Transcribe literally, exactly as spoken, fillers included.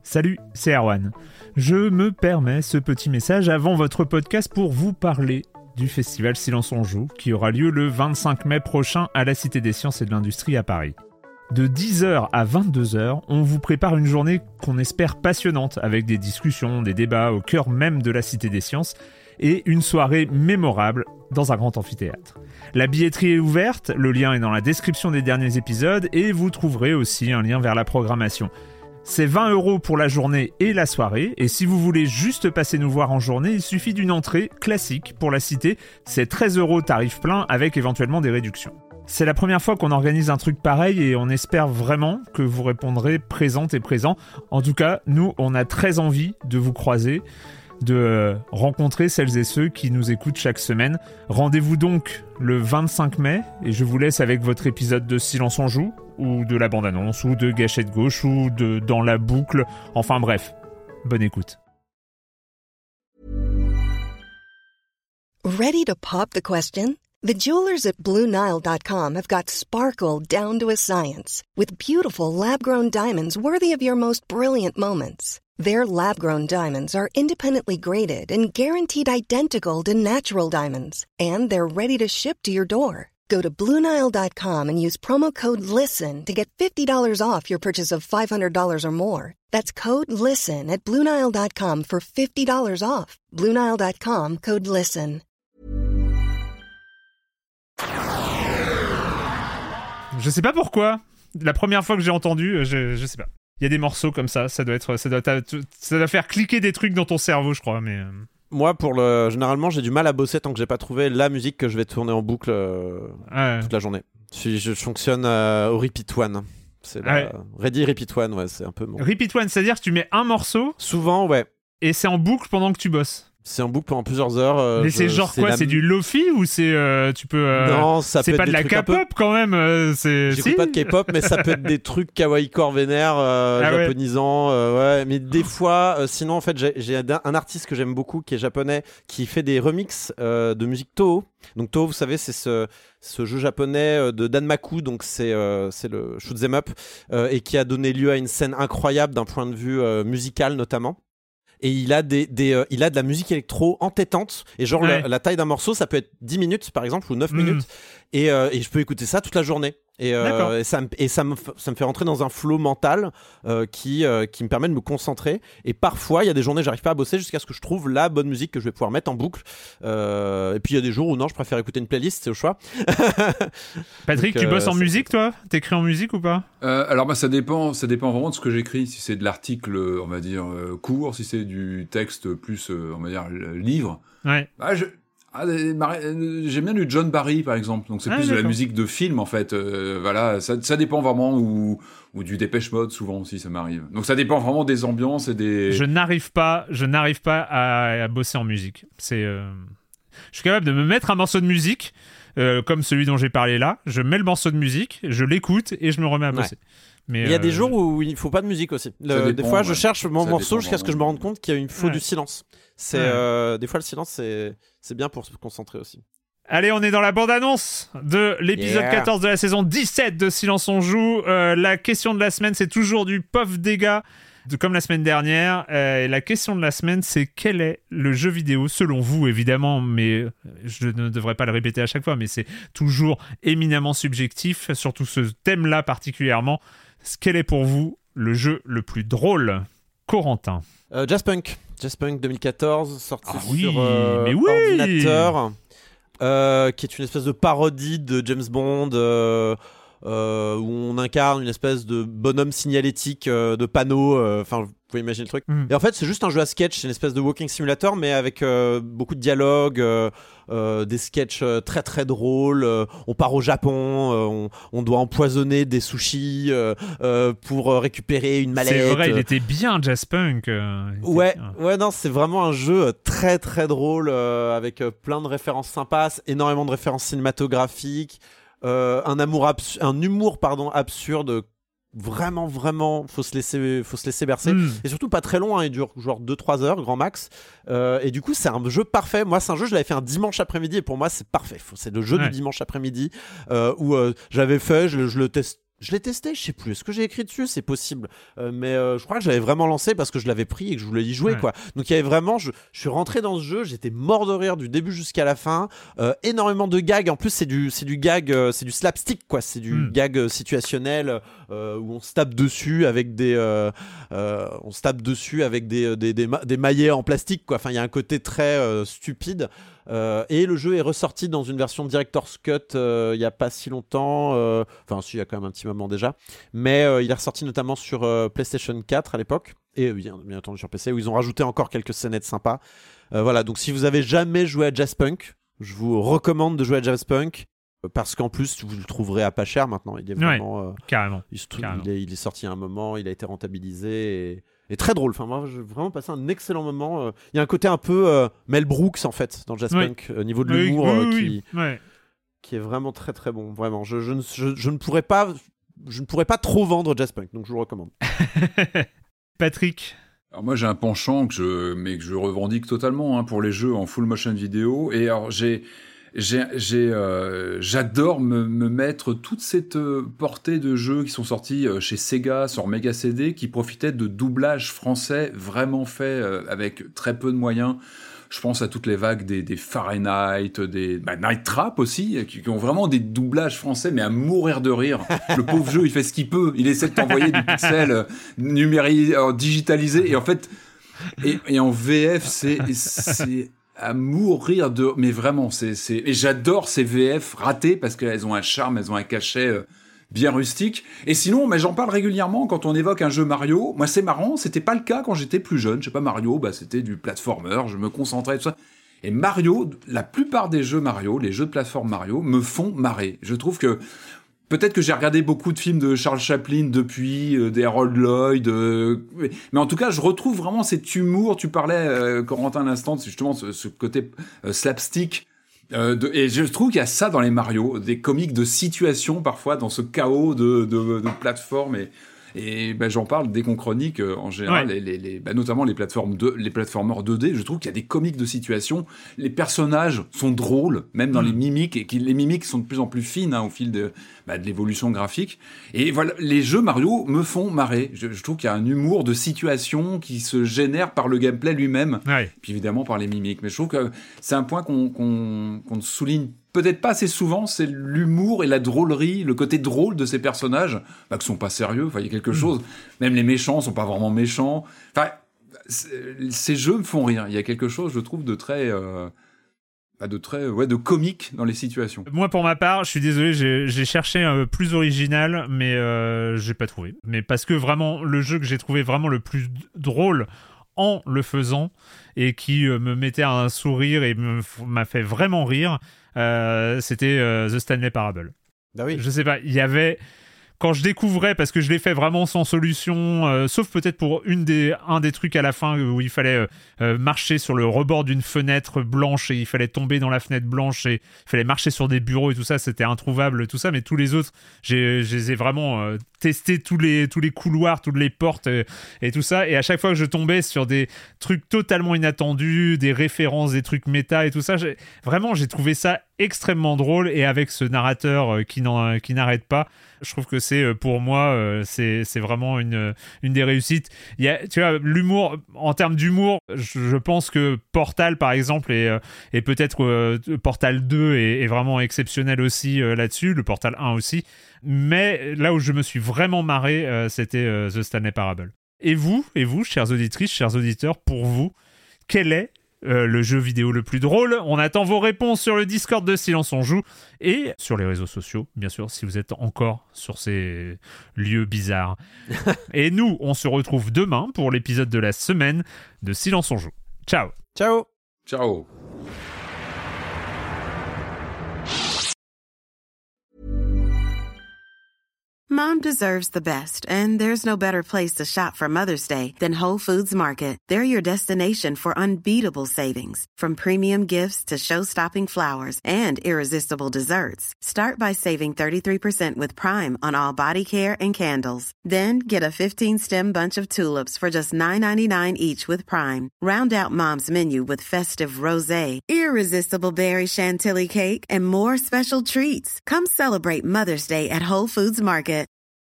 Salut, c'est Erwan. Je me permets ce petit message avant votre podcast pour vous parler du festival Silence on Joue qui aura lieu le vingt-cinq mai prochain à la Cité des Sciences et de l'Industrie à Paris. De dix heures à vingt-deux heures, on vous prépare une journée qu'on espère passionnante avec des discussions, des débats au cœur même de la Cité des Sciences et une soirée mémorable dans un grand amphithéâtre. La billetterie est ouverte, le lien est dans la description des derniers épisodes et vous trouverez aussi un lien vers la programmation. C'est vingt euros pour la journée et la soirée, et si vous voulez juste passer nous voir en journée, il suffit d'une entrée classique pour la Cité, c'est treize euros tarif plein avec éventuellement des réductions. C'est la première fois qu'on organise un truc pareil et on espère vraiment que vous répondrez présente et présent. En tout cas, nous, on a très envie de vous croiser, de rencontrer celles et ceux qui nous écoutent chaque semaine. Rendez-vous donc le vingt-cinq mai et je vous laisse avec votre épisode de Silence on Joue, ou de la bande-annonce, ou de Gâchette Gauche, ou de Dans la boucle. Enfin bref, bonne écoute. Ready to pop the question? The jewelers at Blue Nile dot com have got sparkle down to a science with beautiful lab-grown diamonds worthy of your most brilliant moments. Their lab-grown diamonds are independently graded and guaranteed identical to natural diamonds, and they're ready to ship to your door. Go to Blue Nile dot com and use promo code LISTEN to get fifty dollars off your purchase of five hundred dollars or more. That's code LISTEN at Blue Nile dot com for fifty dollars off. Blue Nile dot com, code LISTEN. Je sais pas pourquoi, la première fois que j'ai entendu, je, je sais pas. Il y a des morceaux comme ça, ça doit être, ça doit, ça doit faire cliquer des trucs dans ton cerveau, je crois, mais... Moi, pour le, généralement, j'ai du mal à bosser tant que j'ai pas trouvé la musique que je vais tourner en boucle euh, ouais. toute la journée. Je, je fonctionne euh, au repeat one. C'est la... ouais. Ready repeat one, ouais, c'est un peu. Bon. Repeat one, c'est-à-dire que tu mets un morceau. Souvent, ouais. Et c'est en boucle pendant que tu bosses. C'est en boucle pendant plusieurs heures. Euh, Mais je, c'est genre c'est quoi la... C'est du lofi ou c'est euh, tu peux euh, Non, ça c'est peut pas être de des la trucs K-pop peu... quand même. Euh, c'est. J'écoute si pas de K-pop, mais ça peut être des trucs kawaii core vénère, euh, ah japonisants. Ouais. Euh, ouais. Mais des fois, euh, sinon en fait, j'ai, j'ai un artiste que j'aime beaucoup qui est japonais, qui fait des remixes euh, de musique Toho. Donc Toho, vous savez, c'est ce ce jeu japonais de Danmaku, donc c'est euh, c'est le shoot 'em up euh, et qui a donné lieu à une scène incroyable d'un point de vue euh, musical notamment. Et il a des, des euh, il a de la musique électro entêtante et genre ouais. la, la taille d'un morceau ça peut être dix minutes par exemple ou neuf mmh. minutes et, euh, et je peux écouter ça toute la journée et, euh, et, ça, et ça, me, ça me fait rentrer dans un flow mental euh, qui, euh, qui me permet de me concentrer et parfois il y a des journées j'arrive pas à bosser jusqu'à ce que je trouve la bonne musique que je vais pouvoir mettre en boucle euh, et puis il y a des jours où non je préfère écouter une playlist, c'est au choix. Patrick, donc, tu bosses euh, en c'est... musique toi? T'écris en musique ou pas? euh, Alors bah, ça, dépend, ça dépend vraiment de ce que j'écris, si c'est de l'article on va dire euh, court, si c'est du texte plus euh, on va dire livre. Ouais. Bah, je... Ah, j'aime bien du John Barry par exemple, donc c'est ah, plus d'accord. de la musique de film en fait. Euh, voilà, ça, ça dépend vraiment ou ou du Dépêche Mode souvent aussi ça m'arrive. Donc ça dépend vraiment des ambiances et des. Je n'arrive pas, je n'arrive pas à, à bosser en musique. C'est, euh... je suis capable de me mettre un morceau de musique euh, comme celui dont j'ai parlé là. Je mets le morceau de musique, je l'écoute et je me remets à bosser. Ouais. Mais il y a euh, des jours où il faut pas de musique aussi. Le, dépend, des fois, ouais. je cherche mon ça morceau jusqu'à ce que je me rende compte qu'il y a une faut ouais. du silence. C'est ouais. euh, des fois le silence, c'est c'est bien pour se concentrer aussi. Allez, on est dans la bande-annonce de l'épisode yeah. quatorze de la saison dix-sept de Silence on Joue. Euh, la question de la semaine, c'est toujours du P O F dégâts, de, comme la semaine dernière. Euh, et la question de la semaine, c'est quel est le jeu vidéo, selon vous évidemment, mais je ne devrais pas le répéter à chaque fois, mais c'est toujours éminemment subjectif, surtout ce thème-là particulièrement. Quel est pour vous le jeu le plus drôle? Corentin. euh, Jazzpunk. Jazzpunk deux mille quatorze, sorti ah oui, sur euh, mais oui ordinateur, euh, qui est une espèce de parodie de James Bond, euh, euh, où on incarne une espèce de bonhomme signalétique euh, de panneau, enfin... Euh, vous pouvez imaginer le truc. Mm. Et en fait, c'est juste un jeu à sketch, c'est une espèce de walking simulator, mais avec euh, beaucoup de dialogues, euh, euh, des sketchs euh, très très drôles. Euh, on part au Japon, euh, on, on doit empoisonner des sushis euh, euh, pour récupérer une mallette. C'est vrai, il était bien Jazzpunk. Euh, ouais, bien. ouais, non, c'est vraiment un jeu très très drôle euh, avec euh, plein de références sympas, énormément de références cinématographiques, euh, un amour, absu- un humour pardon absurde. Vraiment, vraiment, faut se laisser, faut se laisser bercer. Mm. Et surtout pas très long, hein, il dure genre deux trois heures, grand max. Euh, et du coup, c'est un jeu parfait. Moi, c'est un jeu, je l'avais fait un dimanche après-midi et pour moi, c'est parfait. C'est le jeu ouais. du dimanche après-midi euh, où euh, j'avais fait, je, je le teste. Je l'ai testé, je sais plus. Est-ce que j'ai écrit dessus ? C'est possible. Euh, mais euh, je crois que j'avais vraiment lancé parce que je l'avais pris et que je voulais y jouer, ouais. quoi. Donc il y avait vraiment, je, je suis rentré dans ce jeu, j'étais mort de rire du début jusqu'à la fin. Euh, énormément de gags. En plus, c'est du, c'est du gag, euh, c'est du slapstick, quoi. C'est du mm. gag euh, situationnel euh, où on se tape dessus avec des, euh, euh, on se tape dessus avec des, des, des, des, des maillets en plastique, quoi. Enfin, il y a un côté très euh, stupide. Euh, et le jeu est ressorti dans une version Director's Cut euh, il n'y a pas si longtemps, euh, enfin si, il y a quand même un petit moment déjà, mais euh, il est ressorti notamment sur euh, PlayStation quatre à l'époque, et bien, bien entendu sur P C, où ils ont rajouté encore quelques scénettes sympas. Euh, voilà, donc si vous avez jamais joué à Jazzpunk, je vous recommande de jouer à Jazzpunk, parce qu'en plus vous le trouverez à pas cher maintenant. Il est vraiment, ouais, euh, carrément, il, se trouve, carrément. Il, est, il est sorti à un moment, il a été rentabilisé et... Et très drôle, enfin, moi j'ai vraiment passé un excellent moment. Il y a un côté un peu euh, Mel Brooks en fait dans Jazzpunk, oui. au niveau de oui, l'humour oui, euh, oui, qui, oui. Ouais. qui est vraiment très très bon. Vraiment, je, je, ne, je, je ne pourrais pas, je ne pourrais pas trop vendre Jazzpunk, donc je vous le recommande. Patrick. Alors moi j'ai un penchant que je, mais que je revendique totalement hein, pour les jeux en full motion vidéo. Et alors j'ai J'ai, j'ai, euh, j'adore me, me mettre toute cette euh, portée de jeux qui sont sortis euh, chez Sega sur Mega C D qui profitaient de doublage français vraiment fait euh, avec très peu de moyens. Je pense à toutes les vagues des, des Fahrenheit, des bah, Night Trap aussi, qui, qui ont vraiment des doublages français, mais à mourir de rire. Le pauvre jeu, il fait ce qu'il peut. Il essaie de t'envoyer du pixel euh, numérisé, euh, digitalisé, et en fait, et, et en V F, c'est... c'est à mourir de... Mais vraiment, c'est, c'est... Et j'adore ces V F ratées parce qu'elles ont un charme, elles ont un cachet euh, bien rustique. Et sinon, mais j'en parle régulièrement quand on évoque un jeu Mario. Moi, c'est marrant, c'était pas le cas quand j'étais plus jeune. Je sais pas, Mario, bah, c'était du platformer, je me concentrais, tout ça. Et Mario, la plupart des jeux Mario, les jeux de plateforme Mario, me font marrer. Je trouve que... Peut-être que j'ai regardé beaucoup de films de Charles Chaplin depuis, euh, des Harold Lloyd, euh, mais en tout cas, je retrouve vraiment cet humour. Tu parlais, euh, Corentin, à l'instant, c'est justement ce, ce côté euh, slapstick. Euh, de, et je trouve qu'il y a ça dans les Mario, des comiques de situation parfois, dans ce chaos de, de, de plateforme. Et, et ben, j'en parle dès qu'on chronique, euh, en général, ouais. les, les, ben, notamment les, plateformes de, les plateformeurs deux D. Je trouve qu'il y a des comiques de situation. Les personnages sont drôles, même dans mmh. les mimiques, et qui, les mimiques sont de plus en plus fines hein, au fil de... Bah, de l'évolution graphique. Et voilà, les jeux Mario me font marrer. Je, je trouve qu'il y a un humour de situation qui se génère par le gameplay lui-même, ouais. puis évidemment par les mimiques. Mais je trouve que c'est un point qu'on, qu'on, qu'on souligne peut-être pas assez souvent, c'est l'humour et la drôlerie, le côté drôle de ces personnages, bah, qui sont pas sérieux. Enfin, il y a quelque mmh. chose. Même les méchants sont pas vraiment méchants. Enfin, ces jeux me font rire. Il y a quelque chose, je trouve, de très... Euh, de très ouais de comique dans les situations. Moi pour ma part, je suis désolé, j'ai, j'ai cherché un peu plus original, mais euh, j'ai pas trouvé. Mais parce que vraiment le jeu que j'ai trouvé vraiment le plus drôle en le faisant et qui euh, me mettait un sourire et me, m'a fait vraiment rire, euh, c'était euh, The Stanley Parable. Ah oui. Je sais pas, il y avait quand je découvrais, parce que je l'ai fait vraiment sans solution, euh, sauf peut-être pour une des, un des trucs à la fin où il fallait euh, euh, marcher sur le rebord d'une fenêtre blanche et il fallait tomber dans la fenêtre blanche et il fallait marcher sur des bureaux et tout ça, c'était introuvable, tout ça, mais tous les autres, j'ai, je les ai vraiment euh, testé tous les, tous les couloirs, toutes les portes et, et tout ça, et à chaque fois que je tombais sur des trucs totalement inattendus, des références, des trucs méta et tout ça, j'ai, vraiment j'ai trouvé ça extrêmement drôle, et avec ce narrateur euh, qui, n'en, qui n'arrête pas, je trouve que c'est pour moi euh, c'est c'est vraiment une une des réussites. Il y a, tu vois, l'humour, en termes d'humour, je, je pense que Portal par exemple et et peut-être euh, Portal deux est, est vraiment exceptionnel aussi euh, là-dessus, le Portal un aussi. Mais là où je me suis vraiment marré, euh, c'était euh, The Stanley Parable. Et vous, et vous, chères auditrices, chers auditeurs, pour vous, quel est Euh, le jeu vidéo le plus drôle? On attend vos réponses sur le Discord de Silence on Joue et sur les réseaux sociaux, bien sûr, si vous êtes encore sur ces lieux bizarres. Et nous, on se retrouve demain pour l'épisode de la semaine de Silence on Joue. Ciao. Ciao. Ciao. Mom deserves the best, and there's no better place to shop for Mother's Day than Whole Foods Market. They're your destination for unbeatable savings, from premium gifts to show-stopping flowers and irresistible desserts. Start by saving thirty-three percent with Prime on all body care and candles. Then get a fifteen-stem bunch of tulips for just nine ninety-nine each with Prime. Round out Mom's menu with festive rosé, irresistible berry chantilly cake, and more special treats. Come celebrate Mother's Day at Whole Foods Market.